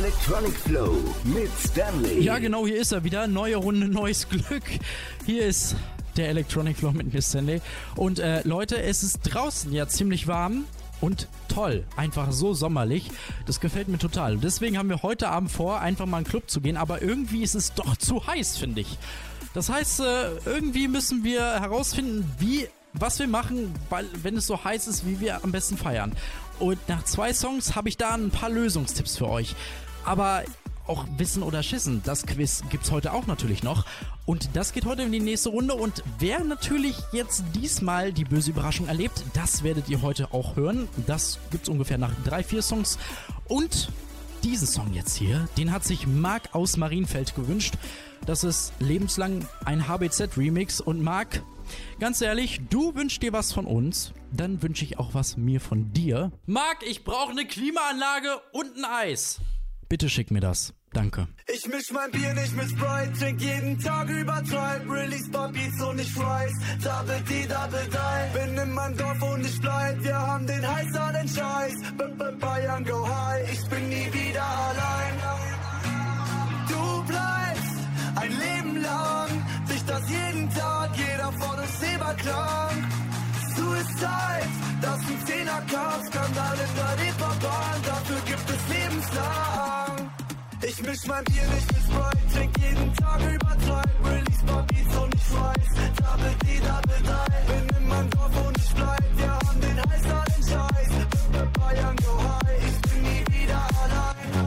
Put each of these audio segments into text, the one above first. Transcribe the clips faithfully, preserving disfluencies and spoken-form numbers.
Electronic Flow mit Stanley. Ja, genau, hier ist er wieder. Neue Runde, neues Glück. Hier ist der Electronic Flow mit mir, Stanley. Und äh, Leute, es ist draußen ja ziemlich warm und toll. Einfach so sommerlich. Das gefällt mir total. Und deswegen haben wir heute Abend vor, einfach mal in den Club zu gehen. Aber irgendwie ist es doch zu heiß, finde ich. Das heißt, äh, irgendwie müssen wir herausfinden, wie... was wir machen, weil wenn es so heiß ist, wie wir am besten feiern. Und nach zwei Songs habe ich da ein paar Lösungstipps für euch. Aber auch Wissen oder Schissen, das Quiz gibt's heute auch natürlich noch. Und das geht heute in die nächste Runde. Und wer natürlich jetzt diesmal die böse Überraschung erlebt, das werdet ihr heute auch hören. Das gibt's ungefähr nach drei, vier Songs. Und diesen Song jetzt hier, den hat sich Marc aus Marienfeld gewünscht. Das ist lebenslang ein H B Z-Remix. Und Marc, ganz ehrlich, du wünschst dir was von uns, dann wünsche ich auch was mir von dir. Marc, ich brauche eine Klimaanlage und ein Eis. Bitte schick mir das. Danke. Ich misch mein Bier nicht mit Sprite, trink jeden Tag übertreib, release Beats und ich Fries, Double D, Double Die. Bin in meinem Dorf und ich bleib, wir haben den Heiß an den Scheiß. Bayern go high, ich bin nie wieder allein. Du bleibst ein Leben lang, dich das jeden Tag, jeder von uns Leberkrank. Suicide, das ist ein Zehner-Kauf-Skandal in der Reeperbahn, dafür gibt es lebenslang. Ich misch mein Bier nicht mit Sprite, trink jeden Tag übertreib, release Beats und ich Fries, Double D, Double Die. Bin in meinem Dorf und ich bleib, wir haben den Heiß an den Scheiß. Bayern go high, ich bin nie wieder allein.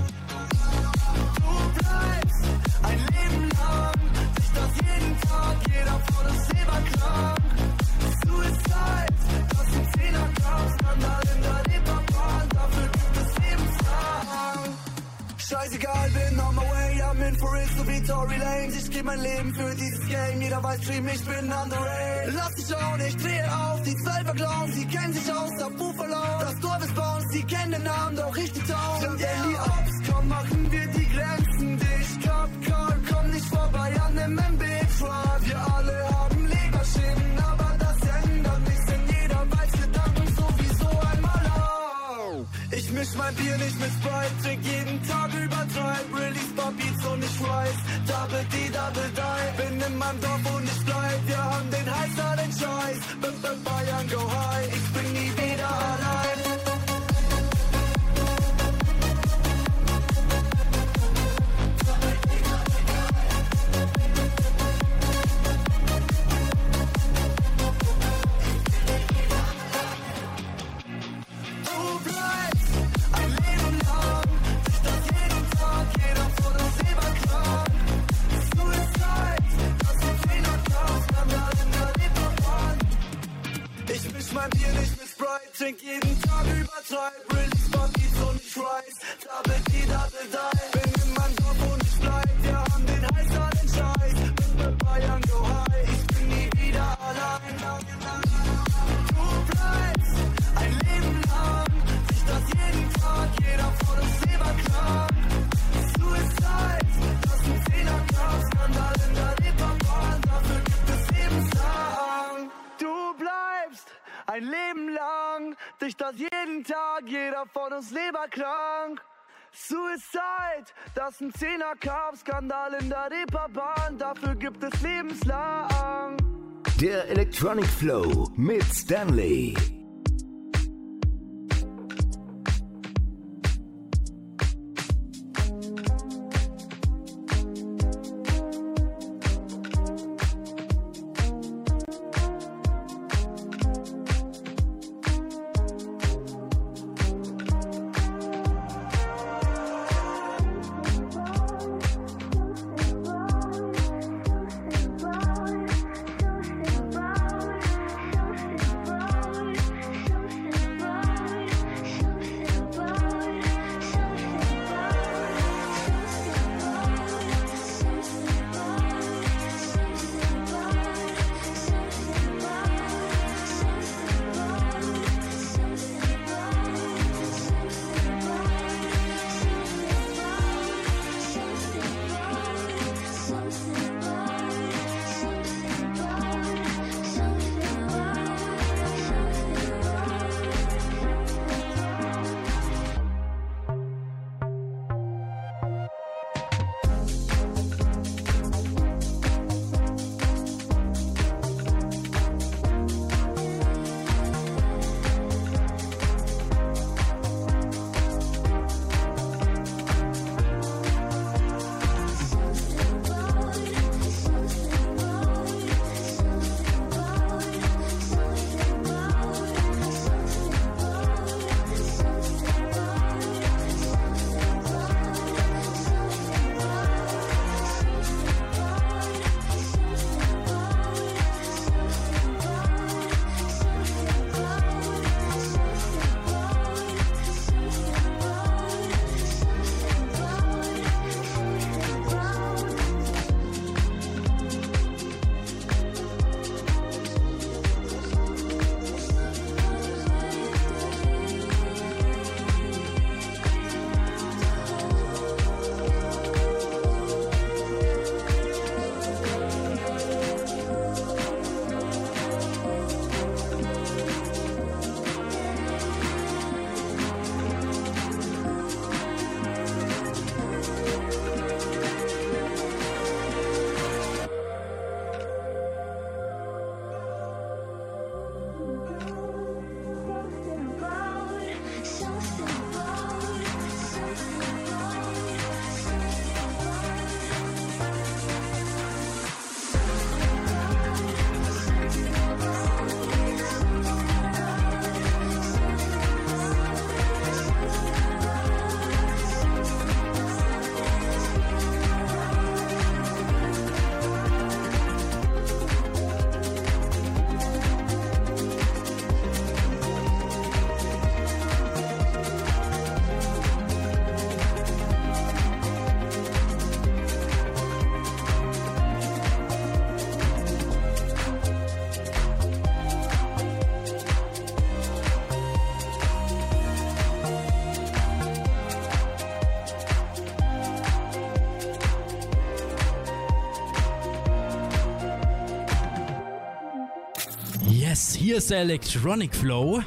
Du bleibst ein Leben lang, dich das jeden Tag, jeder von uns Leberkrank. Suicide, das ist ein Zehner-Kauf-Skandal in der Reeperbahn, dafür gibt es lebenslang. Scheißegal, bin on my way, I'm in for it, so wie Tory Lanez. Ich geb mein Leben für dieses Game, jeder weiß, Dream, ich bin underrated. Lass dich schauen, ich drehe auf, die Zwölfer klauen, sie kennen sich aus, der Buffalo. Das Dorf ist bei uns, sie kennen den Namen, doch richtig taub. Sind Daily Ops, komm, machen wir die Grenzen dicht. Cup, Call, komm nicht vorbei an dem M B-Truck. Wir alle haben Leberschäden, aber das ändert nichts, denn jeder weiß, wir danken sowieso einmal auf. Ich misch mein Bier nicht mit Sprite, trink jeden Tag übertreib, release Beats und ich Fries, Double D, Double Die. Bin in meinem Dorf und ich bleib, wir haben den Heiß an den Scheiß. Bayern go high, ich bin nie wieder allein. Mein Bier nicht mit Sprite, trink jeden Tag übertreib, release Beats und ich Fries, Double D, Double Die. Bin in meinem Dorf und ich bleib, wir haben den Heiß an den Scheiß. Bayern go high, ich bin nie wieder allein. Du bleibst ein Leben lang, dich das jeden Tag, jeder von uns Leberkrank. Suicide, das ist ein Zehner-Kauf-Skandal in der Reeperbahn, dafür gibt es lebenslang. Du bleibst ein Leben lang, dich das jeden Tag, jeder von uns leberkrank. Suicide, das ist ein Zehner-Kauf-Skandal in der Reeperbahn, dafür gibt es lebenslang. Der Electronic Flow mit Stanley. Yes, hier ist der Electronic Flow.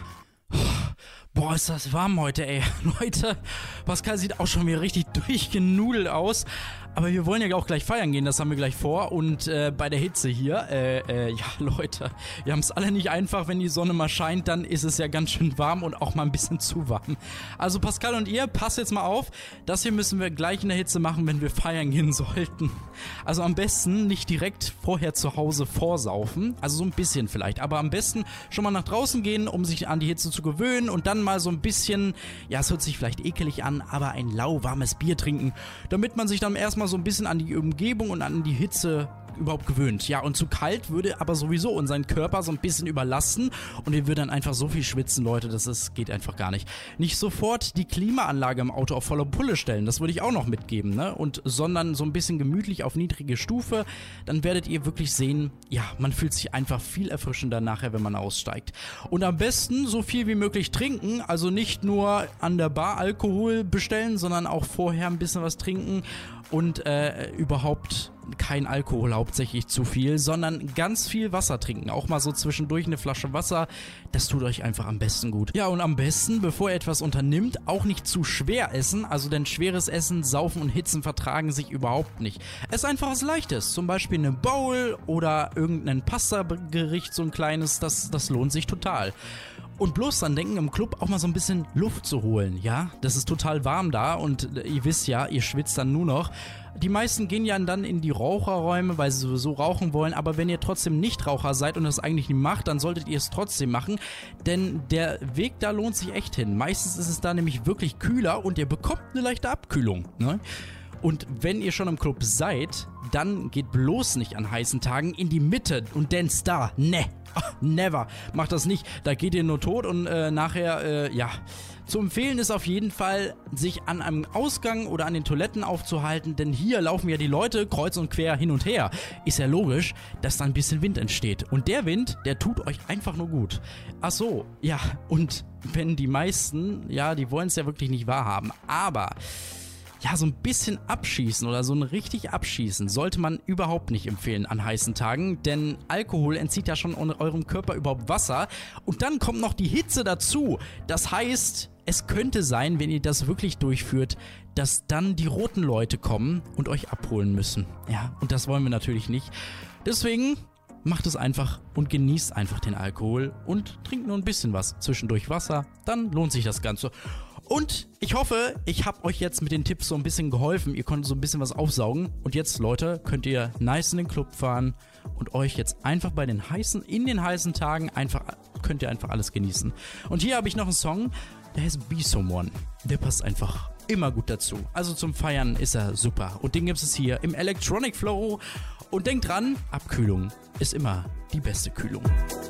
Boah, ist das warm heute, ey. Leute, Pascal sieht auch schon wieder richtig durchgenudelt aus. Aber wir wollen ja auch gleich feiern gehen, das haben wir gleich vor. Und äh, bei der Hitze hier, äh, äh, ja Leute, wir haben es alle nicht einfach. Wenn die Sonne mal scheint, dann ist es ja ganz schön warm und auch mal ein bisschen zu warm. Also Pascal und ihr, passt jetzt mal auf. Das hier müssen wir gleich in der Hitze machen, wenn wir feiern gehen sollten. Also am besten nicht direkt vorher zu Hause vorsaufen. Also so ein bisschen vielleicht. Aber am besten schon mal nach draußen gehen, um sich an die Hitze zu gewöhnen. Und dann mal so ein bisschen, ja es hört sich vielleicht ekelig an, aber ein lauwarmes Bier trinken. Damit man sich dann erstmal so ein bisschen an die Umgebung und an die Hitze überhaupt gewöhnt. Ja, und zu kalt würde aber sowieso unseren Körper so ein bisschen überlasten und wir würden dann einfach so viel schwitzen, Leute, das ist, geht einfach gar nicht. Nicht sofort die Klimaanlage im Auto auf volle Pulle stellen, das würde ich auch noch mitgeben, ne? Und sondern so ein bisschen gemütlich auf niedrige Stufe, dann werdet ihr wirklich sehen, ja, man fühlt sich einfach viel erfrischender nachher, wenn man aussteigt. Und am besten so viel wie möglich trinken, also nicht nur an der Bar Alkohol bestellen, sondern auch vorher ein bisschen was trinken und äh, überhaupt kein Alkohol, hauptsächlich zu viel, sondern ganz viel Wasser trinken. Auch mal so zwischendurch eine Flasche Wasser, das tut euch einfach am besten gut. Ja, und am besten, bevor ihr etwas unternimmt, auch nicht zu schwer essen, also denn schweres Essen, Saufen und Hitzen vertragen sich überhaupt nicht. Es ist einfach was Leichtes, zum Beispiel eine Bowl oder irgendein Pasta-Gericht, so ein kleines, das, das lohnt sich total. Und bloß dann denken, im Club auch mal so ein bisschen Luft zu holen, ja? Das ist total warm da und ihr wisst ja, ihr schwitzt dann nur noch. Die meisten gehen ja dann in die Raucherräume, weil sie sowieso rauchen wollen, aber wenn ihr trotzdem Nichtraucher seid und das eigentlich nicht macht, dann solltet ihr es trotzdem machen, denn der Weg da lohnt sich echt hin. Meistens ist es da nämlich wirklich kühler und ihr bekommt eine leichte Abkühlung, ne? Und wenn ihr schon im Club seid, dann geht bloß nicht an heißen Tagen in die Mitte und dance da. Ne, never. Macht das nicht. Da geht ihr nur tot und äh, nachher, äh, ja. Zu empfehlen ist auf jeden Fall, sich an einem Ausgang oder an den Toiletten aufzuhalten, denn hier laufen ja die Leute kreuz und quer hin und her. Ist ja logisch, dass da ein bisschen Wind entsteht. Und der Wind, der tut euch einfach nur gut. Ach so, ja, und wenn die meisten, ja, die wollen es ja wirklich nicht wahrhaben, aber ja, so ein bisschen abschießen oder so ein richtig abschießen sollte man überhaupt nicht empfehlen an heißen Tagen, denn Alkohol entzieht ja schon eurem Körper überhaupt Wasser und dann kommt noch die Hitze dazu. Das heißt, es könnte sein, wenn ihr das wirklich durchführt, dass dann die roten Leute kommen und euch abholen müssen. Ja, und das wollen wir natürlich nicht. Deswegen macht es einfach und genießt einfach den Alkohol und trinkt nur ein bisschen was, zwischendurch Wasser, dann lohnt sich das Ganze. Und ich hoffe, ich habe euch jetzt mit den Tipps so ein bisschen geholfen. Ihr konntet so ein bisschen was aufsaugen. Und jetzt, Leute, könnt ihr nice in den Club fahren und euch jetzt einfach bei den heißen, in den heißen Tagen einfach, könnt ihr einfach alles genießen. Und hier habe ich noch einen Song, der heißt Be Someone. Der passt einfach immer gut dazu. Also zum Feiern ist er super. Und den gibt es hier im Electronic Flow. Und denkt dran, Abkühlung ist immer die beste Kühlung.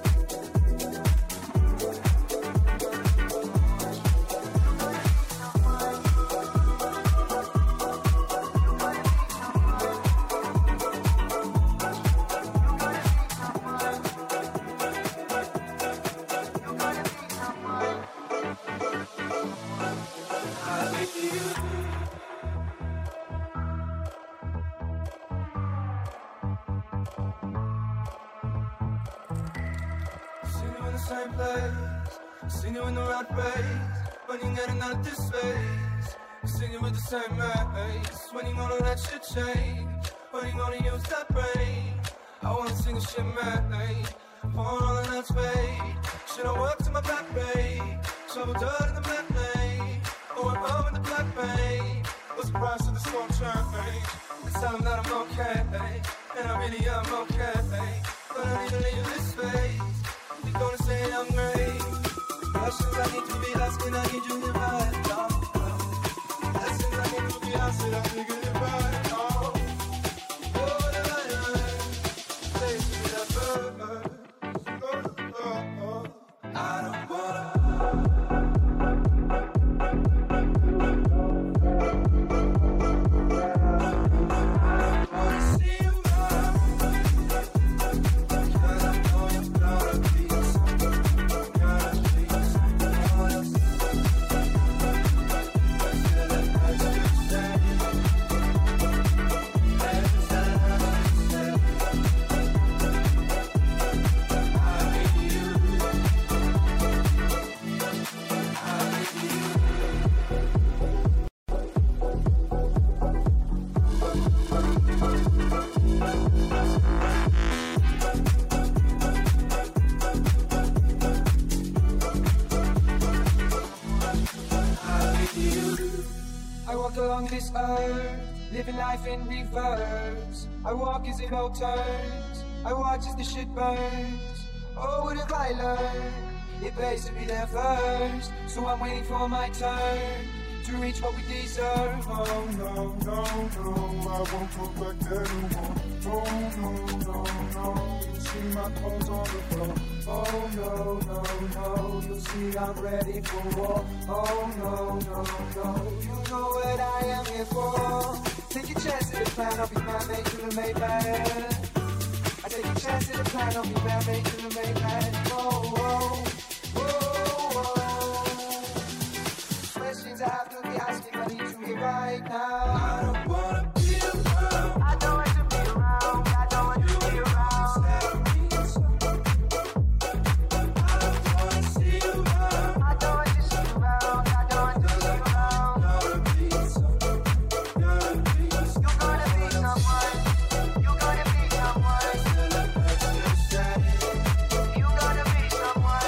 Same place, seen you in the right place, running out and out this space, singing with the same maze, when you gonna let shit change, when you gonna use that brain, I wanna sing a shit man, pouring all the nights fade, should I work to my back bay, shovel dirt in the black lane, oh I'm up in the black bay, what's the price of the storm change, I tell them that I'm okay, and I really am okay, but I need to leave this space. You're gonna say I'm great. Questions I need to be asking, I need you to right now. Lessons I need to be asking, I figure it right now. Oh, the light, place me that bird. Oh, oh, oh. I don't wanna. I walk along this earth, living life in reverse. I walk as it all turns, I watch as the shit burns. Oh, what have I learned? It pays to be there first, so I'm waiting for my turn to reach what we deserve. Oh no, no, no, I won't go back there no more. Oh no, no, no, you'll see my clothes on the floor. Oh no, no, no, you'll see I'm ready for war. Oh no, no, no, you know what I am here for. Take a chance at the plan, I'll be man-made to the made man. I take a chance at the plan, I'll be man-made to the made man. Oh, oh, oh, oh. Questions I have to be asking, I need to hear right now. I don't wanna be around. I don't want to be around. I don't want to be around. I don't wanna see you around. I don't want to see you around. I don't want to see you around. Gotta be someone. Gotta be someone. You're gonna be someone. You're gonna be someone. You gotta be someone.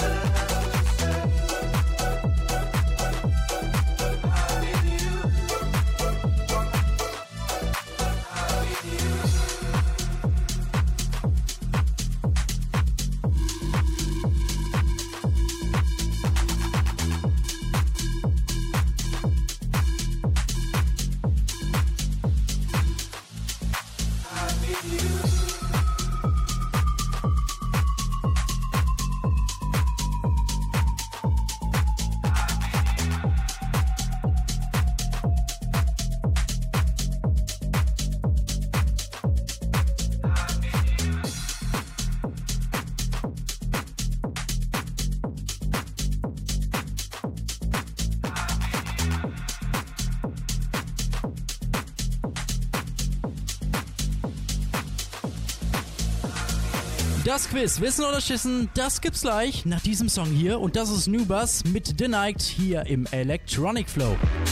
Das Quiz Wissen oder Schissen, das gibt's gleich nach diesem Song hier. Und das ist New Buzz mit The Night hier im Electronic Flow.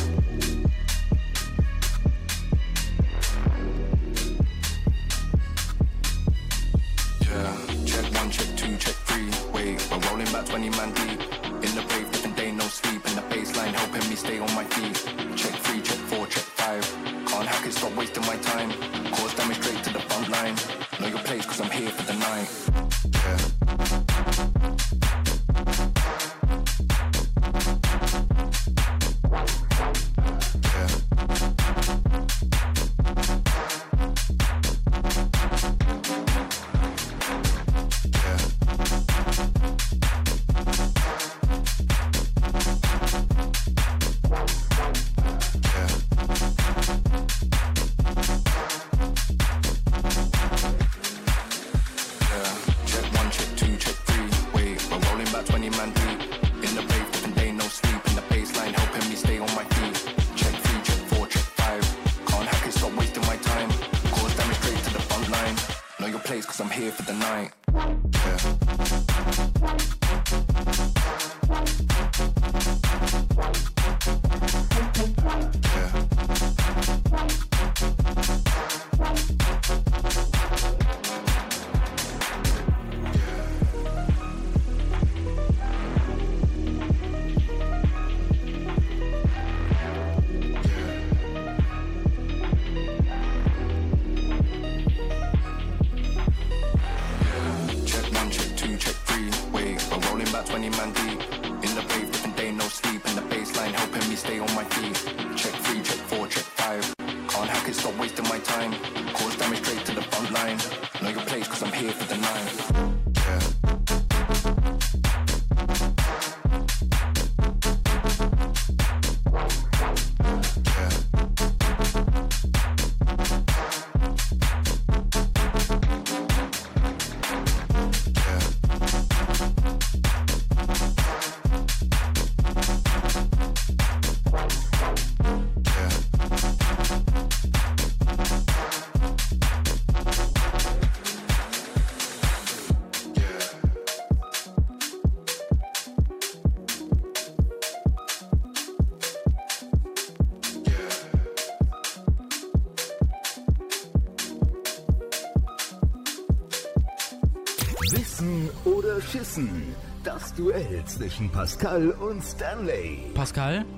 Wissen oder Schissen? Das Duell zwischen Pascal und Stanley. Pascal,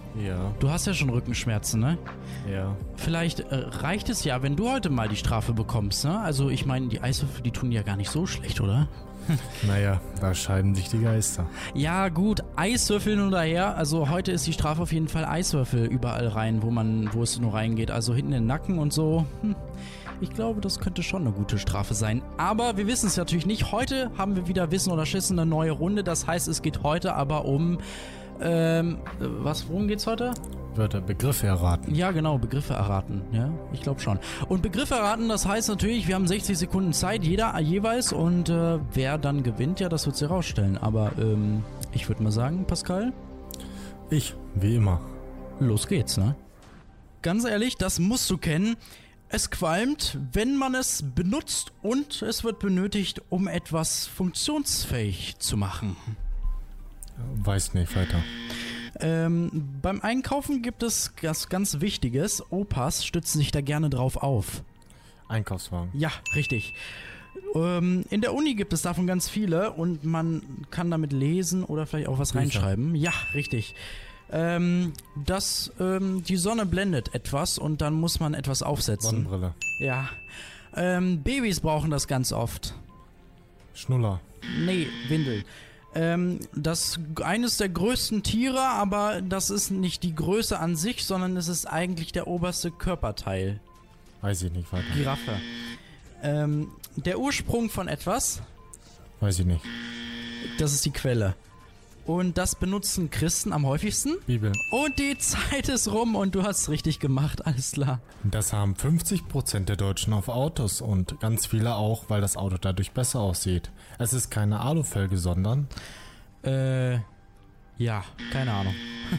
Ja. Du hast ja schon Rückenschmerzen, ne? Ja. Vielleicht äh, reicht es ja, wenn du heute mal die Strafe bekommst, ne? Also ich meine, die Eiswürfel, die tun ja gar nicht so schlecht, oder? Naja, da scheiden sich die Geister. Ja gut, Eiswürfel nun daher. Also heute ist die Strafe auf jeden Fall Eiswürfel überall rein, wo man, wo es nur reingeht. Also hinten in den Nacken und so. Hm. Ich glaube, das könnte schon eine gute Strafe sein. Aber wir wissen es natürlich nicht. Heute haben wir wieder Wissen oder Schissen, eine neue Runde. Das heißt, es geht heute aber um... Ähm, was, worum geht's heute? Wörter, Begriffe erraten. Ja, genau, Begriffe erraten. Ja, ich glaube schon. Und Begriffe erraten, das heißt natürlich, wir haben sechzig Sekunden Zeit, jeder jeweils. Und äh, wer dann gewinnt, ja, das wird sich herausstellen. Aber ähm, ich würde mal sagen, Pascal? Ich, wie immer. Los geht's, ne? Ganz ehrlich, das musst du kennen. Es qualmt, wenn man es benutzt und es wird benötigt, um etwas funktionsfähig zu machen. Weiß nicht, weiter. Ähm, beim Einkaufen gibt es was ganz Wichtiges. Opas stützen sich da gerne drauf auf. Einkaufswagen. Ja, richtig. Ähm, in der Uni gibt es davon ganz viele und man kann damit lesen oder vielleicht auch was Bücher. reinschreiben. Ja, richtig. Ähm, das, ähm, die Sonne blendet etwas und dann muss man etwas aufsetzen. Sonnenbrille. Ja. Ähm, Babys brauchen das ganz oft. Schnuller. Nee, Windel. Ähm, das eines der größten Tiere, aber das ist nicht die Größe an sich, sondern es ist eigentlich der oberste Körperteil. Weiß ich nicht, weiter. Giraffe. Ähm, der Ursprung von etwas, Weiß ich nicht. das ist die Quelle. Und das benutzen Christen am häufigsten. Bibel. Und die Zeit ist rum und du hast richtig gemacht, alles klar. Das haben fünfzig Prozent der Deutschen auf Autos und ganz viele auch, weil das Auto dadurch besser aussieht. Es ist keine Alufelge, sondern... Äh, ja, keine Ahnung.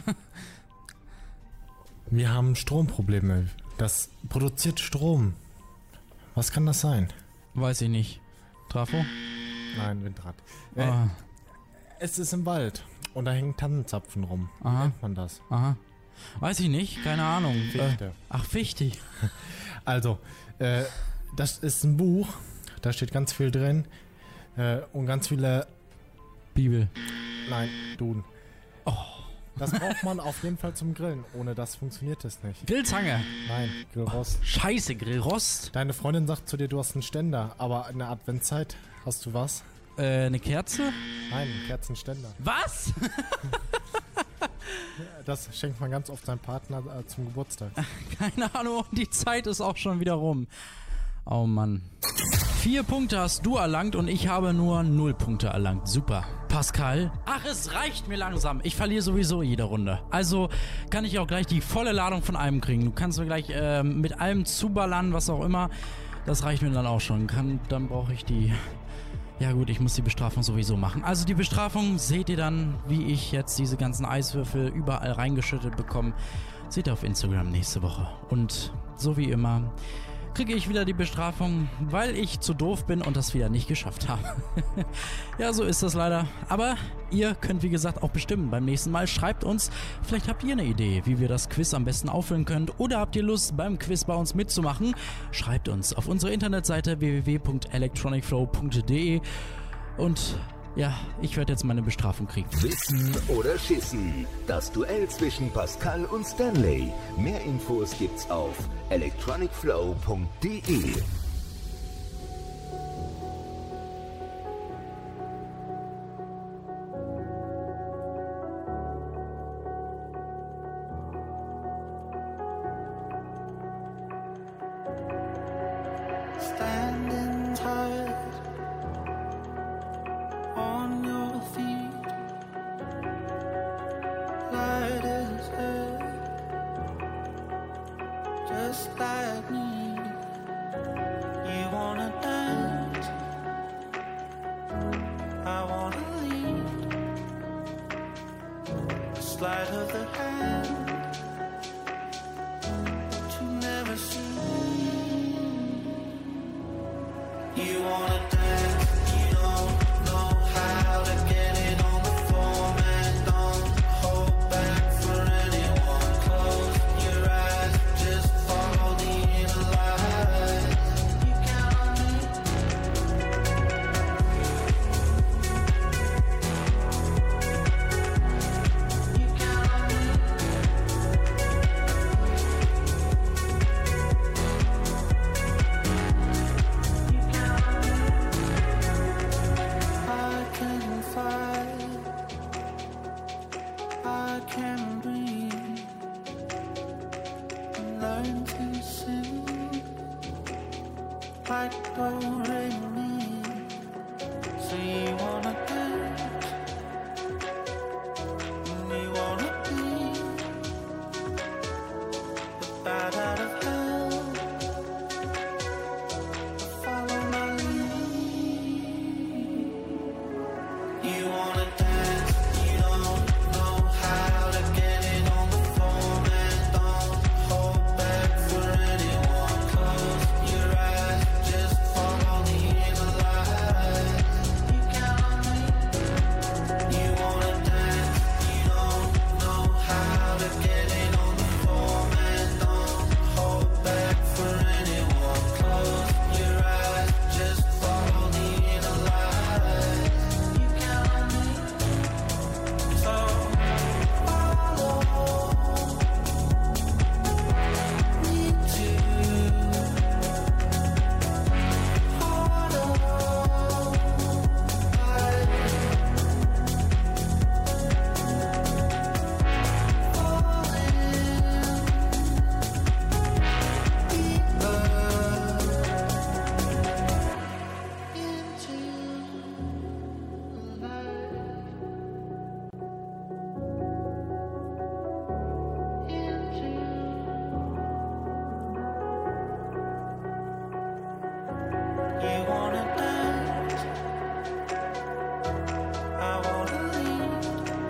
Wir haben Stromprobleme. Das produziert Strom. Was kann das sein? Weiß ich nicht. Trafo? Nein, Windrad. Äh, Ah, Es ist im Wald und da hängen Tannenzapfen rum. Wie Aha. nennt man das? aha. Weiß ich nicht, keine Ahnung. Fichte. Äh, ach, Fichte. Also, äh, das ist ein Buch. Da steht ganz viel drin. Äh, und ganz viele... Bibel. Nein, Duden. Oh. Das braucht man auf jeden Fall zum Grillen. Ohne das funktioniert es nicht. Grillzange. Nein, Grillrost. Scheiße, Grillrost. Deine Freundin sagt zu dir, du hast einen Ständer. Aber in der Adventszeit hast du was? Äh, eine Kerze? Nein, einen Kerzenständer. Was? Das schenkt man ganz oft seinem Partner äh, zum Geburtstag. Keine Ahnung, die Zeit ist auch schon wieder rum. Oh Mann. Vier Punkte hast du erlangt und ich habe nur null Punkte erlangt. Super. Pascal? Ach, es reicht mir langsam. Ich verliere sowieso jede Runde. Also kann ich auch gleich die volle Ladung von allem kriegen. Du kannst mir gleich ähm, mit allem zuballern, was auch immer. Das reicht mir dann auch schon. Kann, dann brauche ich die... Ja gut, ich muss die Bestrafung sowieso machen. Also die Bestrafung seht ihr dann, wie ich jetzt diese ganzen Eiswürfel überall reingeschüttet bekomme. Seht ihr auf Instagram nächste Woche. Und so wie immer kriege ich wieder die Bestrafung, weil ich zu doof bin und das wieder nicht geschafft habe. Ja, so ist das leider. Aber ihr könnt wie gesagt auch bestimmen beim nächsten Mal. Schreibt uns, vielleicht habt ihr eine Idee, wie wir das Quiz am besten auffüllen könnt. Oder habt ihr Lust, beim Quiz bei uns mitzumachen? Schreibt uns auf unsere Internetseite w w w punkt electronic flow punkt d e. Und ja, ich werde jetzt meine Bestrafung kriegen. Wissen oder Schissen. Das Duell zwischen Pascal und Stanley. Mehr Infos gibt's auf electronic flow punkt d e. Standing tight on your feet, light as air, just like me. You wanna dance, I wanna lead. Sleight of the hand that you never see. You wanna dance, you don't know how to get it on the floor, man. Don't hold back for anyone. Close your eyes, just follow the inner light. You count on me. You count on me. learn to sing like do-re-mi. So you wanna dance, you wanna be the bad out of hell. Follow my lead. You wanna dance, you don't know how to get it on the phone, and don't hold back for anyone. Close your eyes, just follow the inner light. You count on me. You wanna dance, you don't know how to get it on the phone, and don't hold back for anyone. Close your eyes, just follow the inner light. You count on me. So follow me too. Follow You wanna dance, I wanna lead.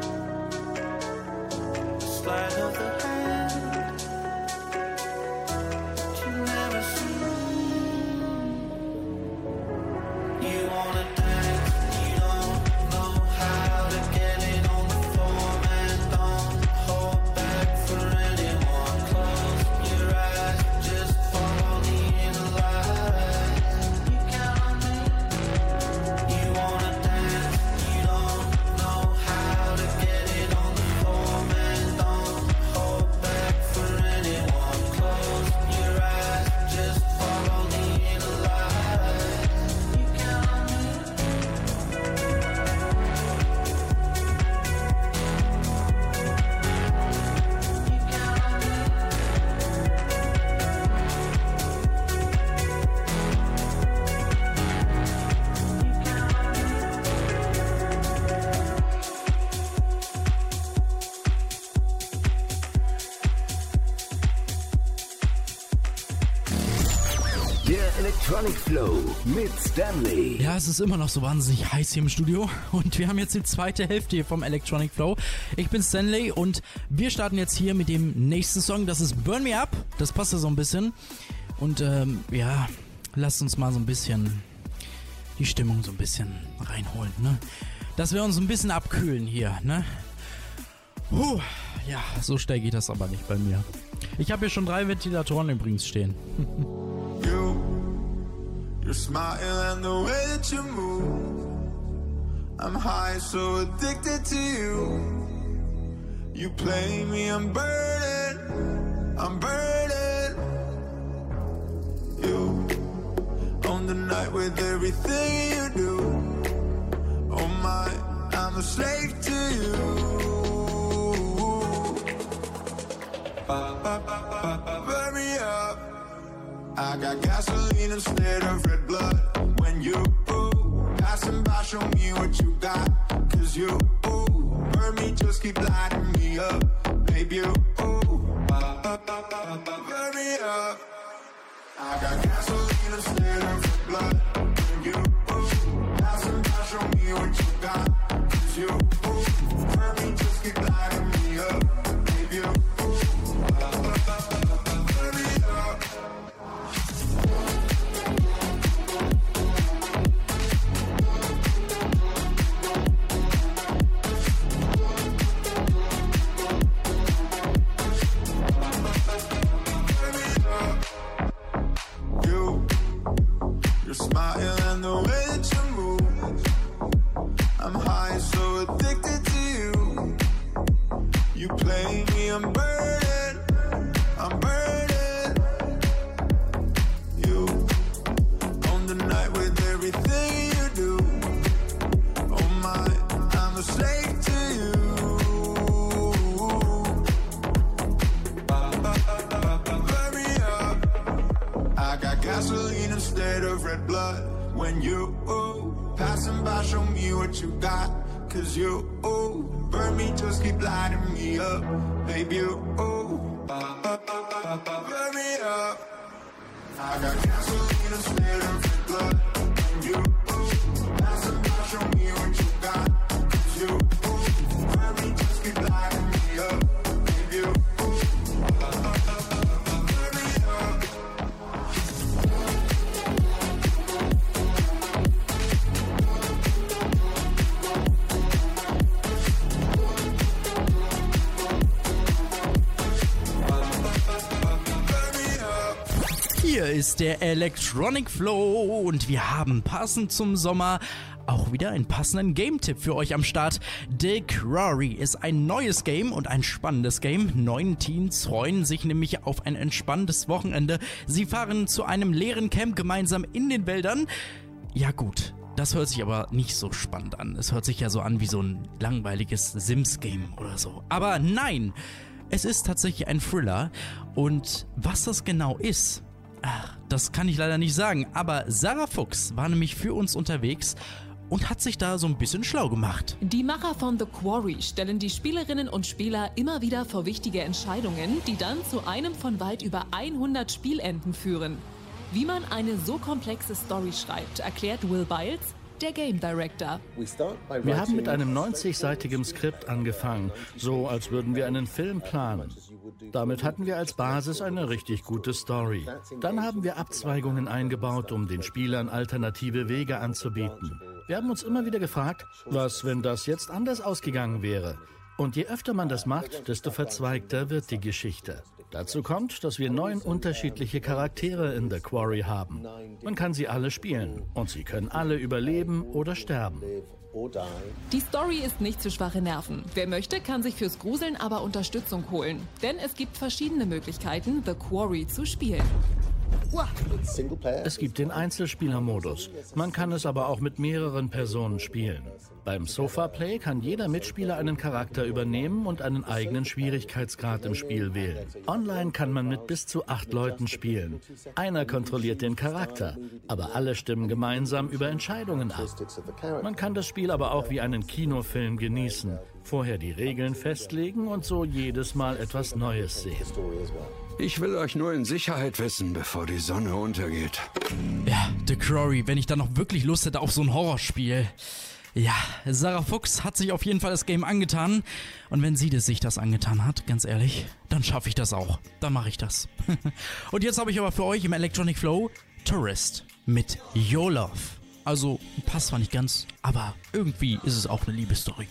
Slide of the hand that you never seen. You wanna dance, you don't know how to get it on the phone, and don't hold back for anyone. Close your eyes, just follow the inner light. You count on me. You wanna dance, you don't know how to get it on the phone, and don't hold back for anyone. Close your eyes, just follow the inner light. You count on me. You count on me. Der Electronic Flow mit Stanley. Ja, es ist immer noch so wahnsinnig heiß hier im Studio und wir haben jetzt die zweite Hälfte hier vom Electronic Flow. Ich bin Stanley und wir starten jetzt hier mit dem nächsten Song, das ist Burn Me Up. Das passt ja so ein bisschen und ähm, ja, lasst uns mal so ein bisschen die Stimmung so ein bisschen reinholen, ne? Dass wir uns ein bisschen abkühlen hier, ne? Puh, ja, so schnell geht das aber nicht bei mir. Ich habe hier schon drei Ventilatoren übrigens stehen. You, your smile and the way that you move. I'm high, so addicted to you. You play me, I'm burning, I'm burning. You own the night with everything you do. Oh my, I'm a slave to you. Ba, ba, ba, ba, ba, burn me up. I got gasoline instead of red blood. When you ooh, passing by, show me what you got. Cause you ooh, burn me, just keep lighting me up. Baby, you ooh, ba, ba, ba, ba, ba, burn me up. I got gasoline instead of red blood. When you ooh, passing by, show me what you got. Cause you ooh, burn me, just keep lighting me up. Baby, you ooh, ba, ba, ba, ba, ba, burn me up. You, your smile and the way that you move. I'm high, so addicted. instead of red blood. When you ooh, passing by, show me what you got. Cause you ooh, burn me, just keep lighting me up. Baby, you ooh, burn me up. I got gasoline instead of red blood. When you ooh, passing by, show me what you got. Cause you ooh, burn me, just keep lighting me up. Baby, you ooh, burn me up. Hier ist der Electronic Flow und wir haben passend zum Sommer auch wieder einen passenden Game-Tipp für euch am Start. The Quarry ist ein neues Game und ein spannendes Game. Neun Teens freuen sich nämlich auf ein entspanntes Wochenende. Sie fahren zu einem leeren Camp gemeinsam in den Wäldern. Ja gut, das hört sich aber nicht so spannend an. Es hört sich ja so an wie so ein langweiliges Sims-Game oder so. Aber nein, es ist tatsächlich ein Thriller. Und was das genau ist, ach, das kann ich leider nicht sagen. Aber Sarah Fuchs war nämlich für uns unterwegs und hat sich da so ein bisschen schlau gemacht. Die Macher von The Quarry stellen die Spielerinnen und Spieler immer wieder vor wichtige Entscheidungen, die dann zu einem von weit über hundert Spielenden führen. Wie man eine so komplexe Story schreibt, erklärt Will Biles, der Game Director. Wir haben mit einem neunzigseitigen Skript angefangen, so als würden wir einen Film planen. Damit hatten wir als Basis eine richtig gute Story. Dann haben wir Abzweigungen eingebaut, um den Spielern alternative Wege anzubieten. Wir haben uns immer wieder gefragt, was, wenn das jetzt anders ausgegangen wäre? Und je öfter man das macht, desto verzweigter wird die Geschichte. Dazu kommt, dass wir neun unterschiedliche Charaktere in The Quarry haben. Man kann sie alle spielen und sie können alle überleben oder sterben. Die Story ist nicht für schwache Nerven. Wer möchte, kann sich fürs Gruseln aber Unterstützung holen. Denn es gibt verschiedene Möglichkeiten, The Quarry zu spielen. Es gibt den Einzelspielermodus. Man kann es aber auch mit mehreren Personen spielen. Beim Sofa-Play kann jeder Mitspieler einen Charakter übernehmen und einen eigenen Schwierigkeitsgrad im Spiel wählen. Online kann man mit bis zu acht Leuten spielen. Einer kontrolliert den Charakter, aber alle stimmen gemeinsam über Entscheidungen ab. Man kann das Spiel aber auch wie einen Kinofilm genießen, vorher die Regeln festlegen und so jedes Mal etwas Neues sehen. Ich will euch nur in Sicherheit wissen, bevor die Sonne untergeht. Ja, The Quarry, wenn ich dann noch wirklich Lust hätte auf so ein Horrorspiel. Ja, Sarah Fuchs hat sich auf jeden Fall das Game angetan. Und wenn sie das, sich das angetan hat, ganz ehrlich, dann schaffe ich das auch. Dann mache ich das. Und jetzt habe ich aber für euch im Electronic Flow Tourist mit Your Love. Also passt zwar nicht ganz, aber irgendwie ist es auch eine Liebesstory.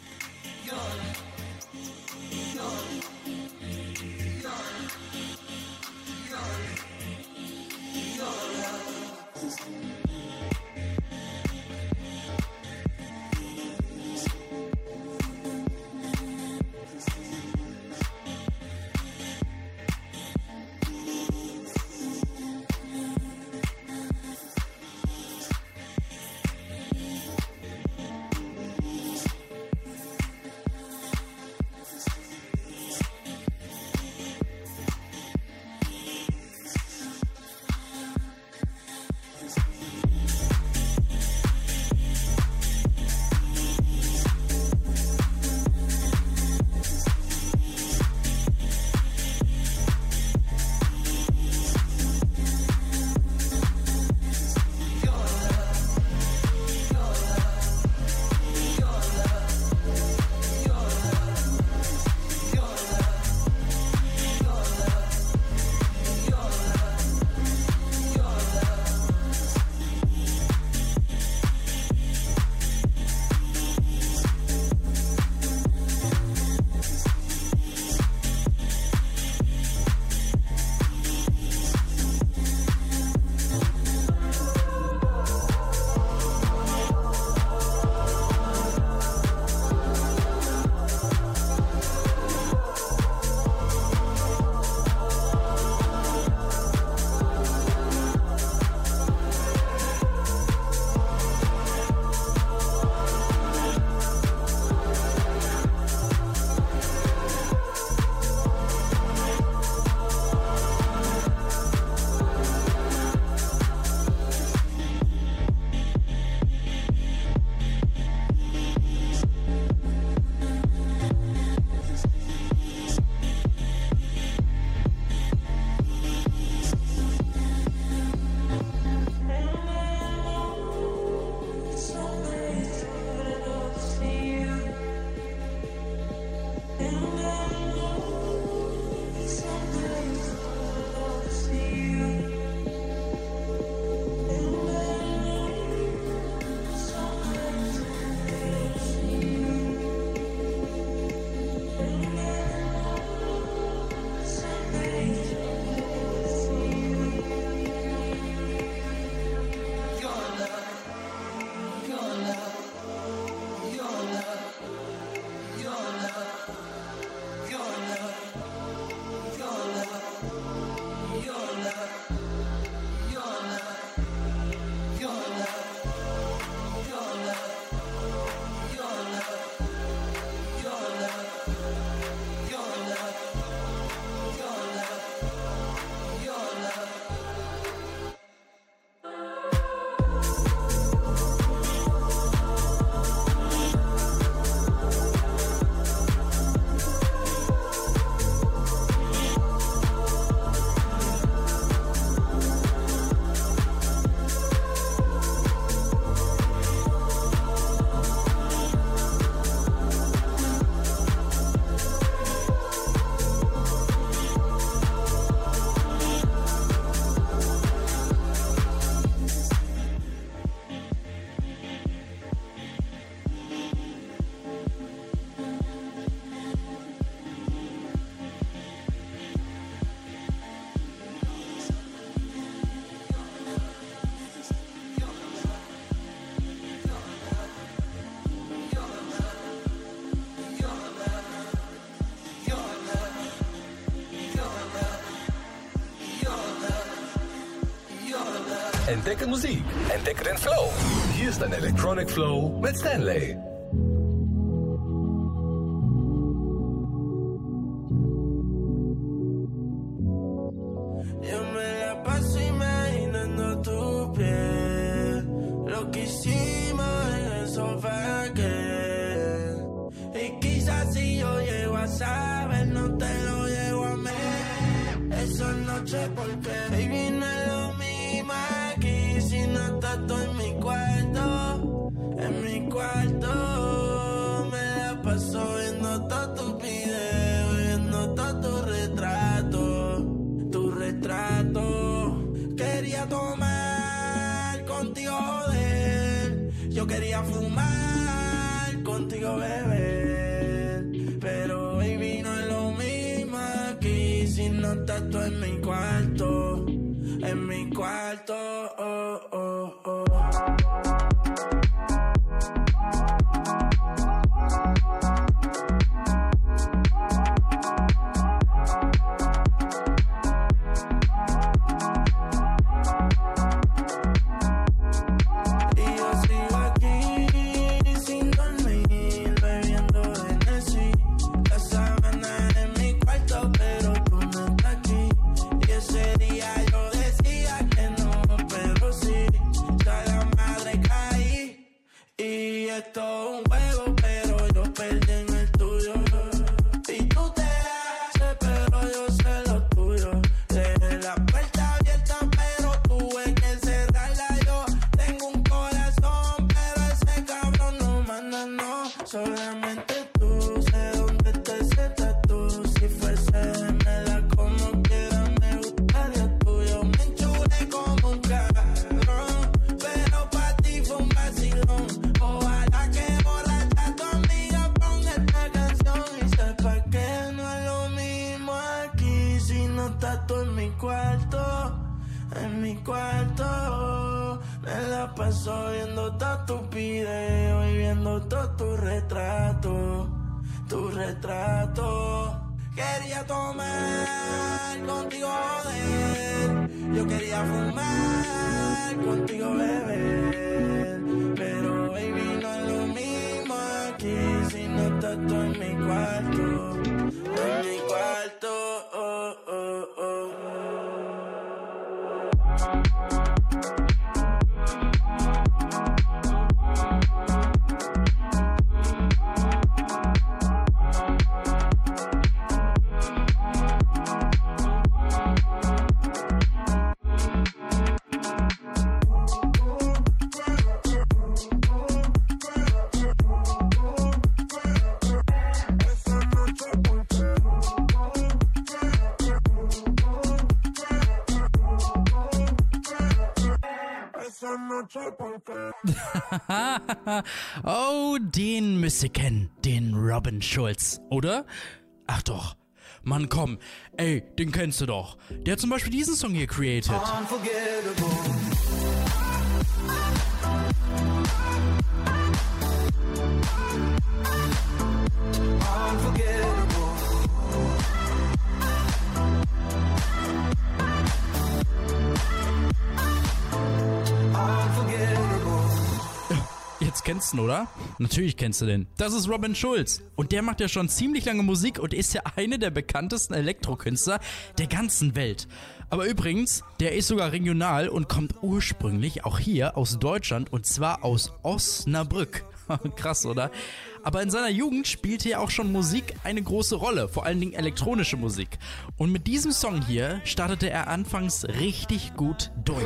Entdecke Musik, entdecke den Flow. Hier ist ein Electronic Flow mit Stanley. Yo me la paso imaginando tu piel, lo que hicimos en el sofá aquel. Y quizás si yo llego a saber, no te lo llego a mí. Esa noche porque baby no es lo mismo aquí, si no estás tú en mi cuarto, en mi cuarto. Me la paso viendo todos tus videos, viendo todos tus retratos. Retrato, quería tomar contigo, joder. Yo quería fumar contigo, beber. Pero baby, no es lo mismo aquí si no estás tú en mi cuarto, en mi cuarto. Oh, oh, oh. Oh, den müsst ihr kennen, den Robin Schulz, oder? Ach doch, Mann, komm, ey, den kennst du doch. Der hat zum Beispiel diesen Song hier created. Jetzt kennst du ihn, oder? Natürlich kennst du den. Das ist Robin Schulz. Und der macht ja schon ziemlich lange Musik und ist ja einer der bekanntesten Elektrokünstler der ganzen Welt. Aber übrigens, der ist sogar regional und kommt ursprünglich auch hier aus Deutschland und zwar aus Osnabrück. Krass, oder? Aber in seiner Jugend spielte ja auch schon Musik eine große Rolle, vor allen Dingen elektronische Musik. Und mit diesem Song hier startete er anfangs richtig gut durch.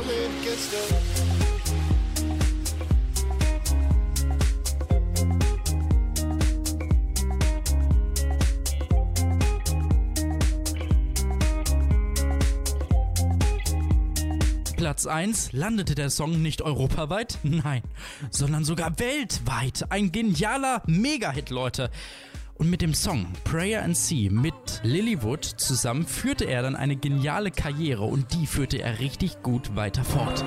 Platz eins landete der Song nicht europaweit, nein, sondern sogar weltweit. Ein genialer Mega-Hit, Leute. Und mit dem Song Prayer and Sea mit Lilywood zusammen führte er dann eine geniale Karriere und die führte er richtig gut weiter fort.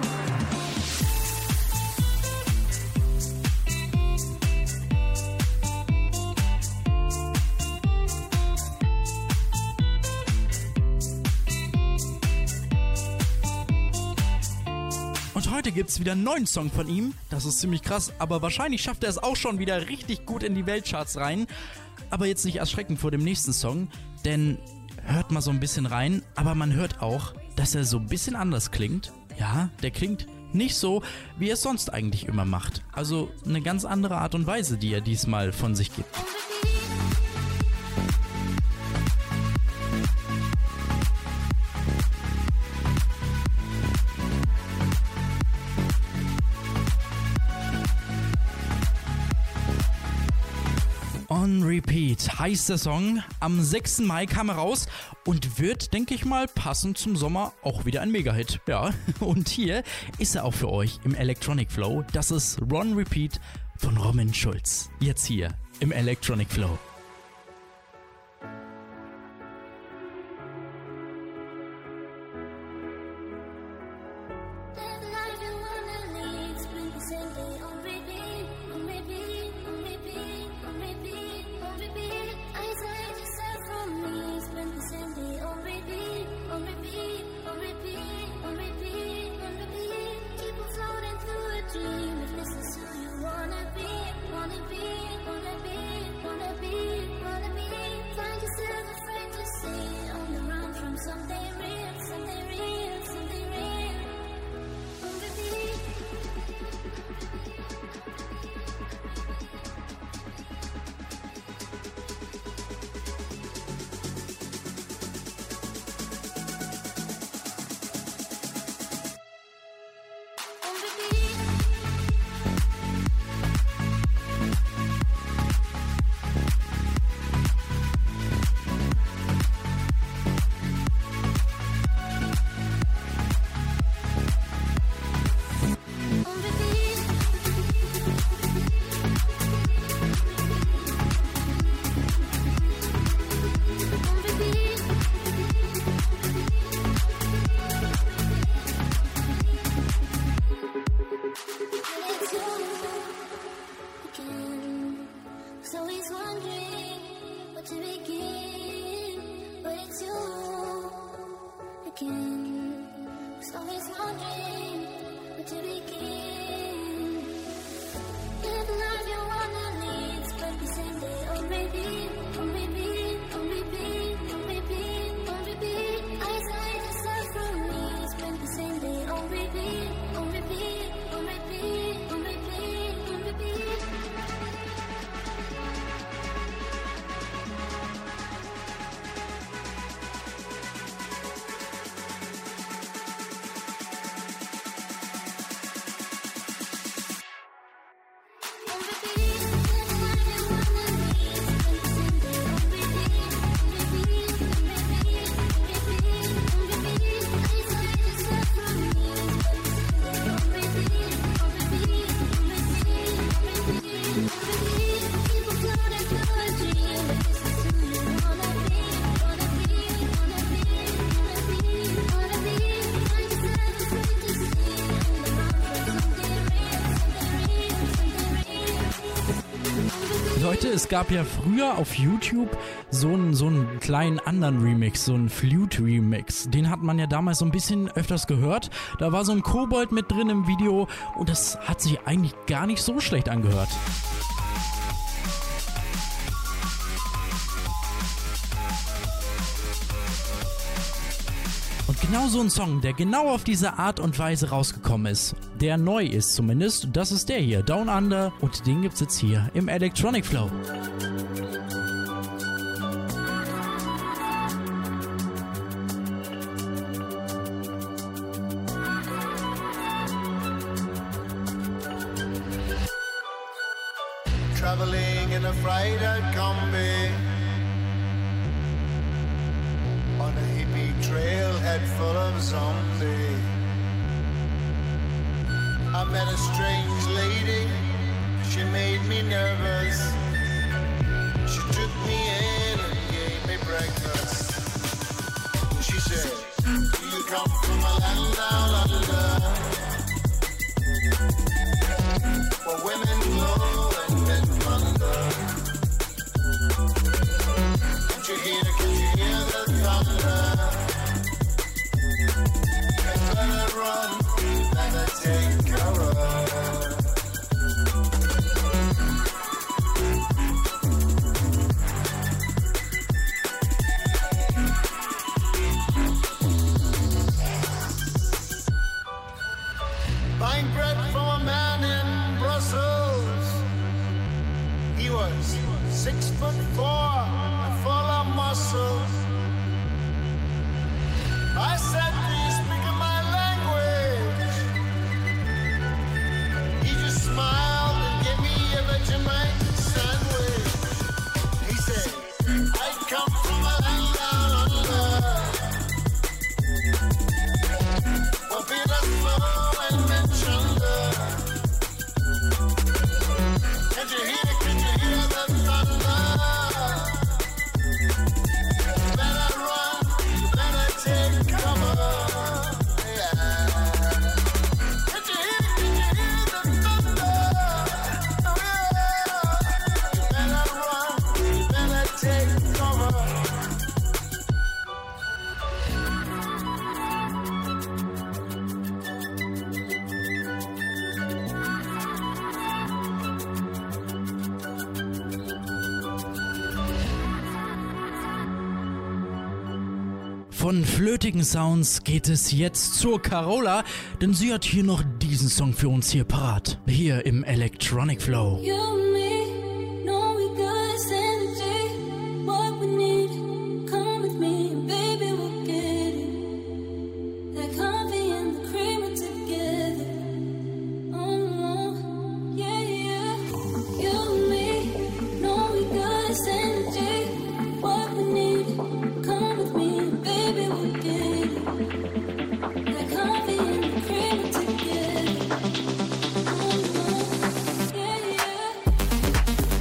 Und heute gibt's wieder einen neuen Song von ihm. Das ist ziemlich krass, aber wahrscheinlich schafft er es auch schon wieder richtig gut in die Weltcharts rein. Aber jetzt nicht erschrecken vor dem nächsten Song, denn hört mal so ein bisschen rein, aber man hört auch, dass er so ein bisschen anders klingt. Ja, der klingt nicht so, wie er es sonst eigentlich immer macht. Also eine ganz andere Art und Weise, die er diesmal von sich gibt. On Repeat heißt der Song. Am sechsten Mai kam er raus und wird, denke ich mal, passend zum Sommer auch wieder ein Mega-Hit. Ja, und hier ist er auch für euch im Electronic Flow. Das ist On Repeat von Roman Schulz. Jetzt hier im Electronic Flow. Leute, es gab ja früher auf YouTube so einen, so einen kleinen anderen Remix, so einen Flute-Remix. Den hat man ja damals so ein bisschen öfters gehört. Da war so ein Kobold mit drin im Video und das hat sich eigentlich gar nicht so schlecht angehört. Und genau so ein Song, der genau auf diese Art und Weise rausgekommen ist, der neu ist zumindest, das ist der hier, Down Under, und den gibt's jetzt hier im Electronic Flow. Traveling in a freighter combi on a hippie trailhead full of zombies. I met a strange lady, she made me nervous. She took me in and gave me breakfast. She said, do you come from a land down under, where women glow and men thunder? Can't you hear, can you hear the thunder? Better run, better take. buying bread from a man in Brussels. He was six foot four and full of muscle. I said, do you speak my language? He just smiled and gave me a Vegemite sandwich. He said, I come from a land down under, where people slow and men chunder. Can you hear, can you hear the thunder? You better run, you better take cover. Yeah. Can you hear, can you hear the thunder? Oh yeah. You better run, you better take cover. Von flötigen Sounds geht es jetzt zur Carola, denn sie hat hier noch diesen Song für uns hier parat. Hier im Electronic Flow. You and me, know we got synergy. What we need, come with me, and baby, we'll get it. That coffee and the cream are together. Oh, yeah, yeah. You and me, know we got synergy. What we need, come with me, and baby, we'll get it. That coffee and the cream are together. Oh, yeah, yeah.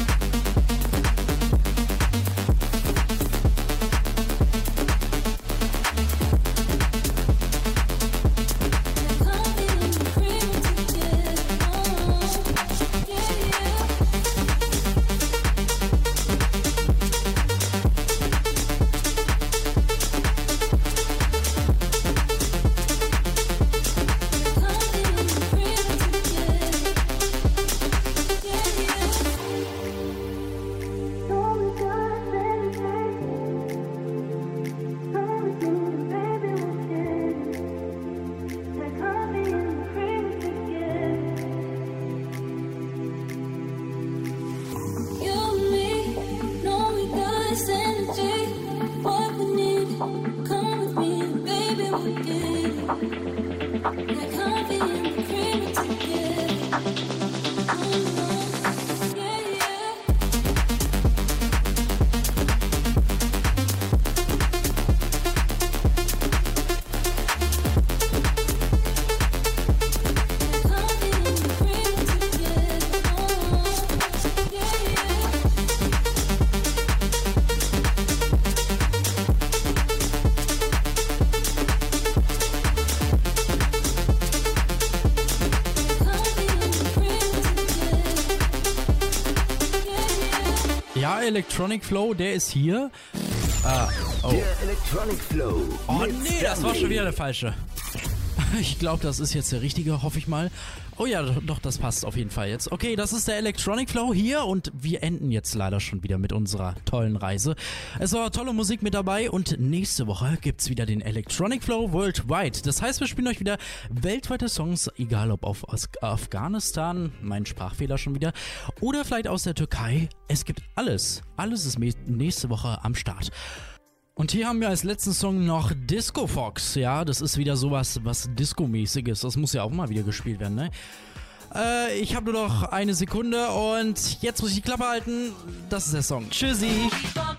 Ja, Electronic Flow, der ist hier. Ah, oh. Der Electronic Flow. Oh mit nee, das war Stanley. schon wieder der falsche. Ich glaube, das ist jetzt der richtige, hoffe ich mal. Oh ja, doch, das passt auf jeden Fall jetzt. Okay, das ist der Electronic Flow hier und wir enden jetzt leider schon wieder mit unserer tollen Reise. Es war tolle Musik mit dabei und nächste Woche gibt's wieder den Electronic Flow Worldwide. Das heißt, wir spielen euch wieder weltweite Songs, egal ob auf Af- Afghanistan, mein Sprachfehler schon wieder, oder vielleicht aus der Türkei. Es gibt alles. Alles ist me- nächste Woche am Start. Und hier haben wir als letzten Song noch Disco Fox. Ja, das ist wieder sowas, was Disco-mäßiges. Das muss ja auch mal wieder gespielt werden, ne? Äh, ich habe nur noch eine Sekunde und jetzt muss ich die Klappe halten. Das ist der Song. Tschüssi!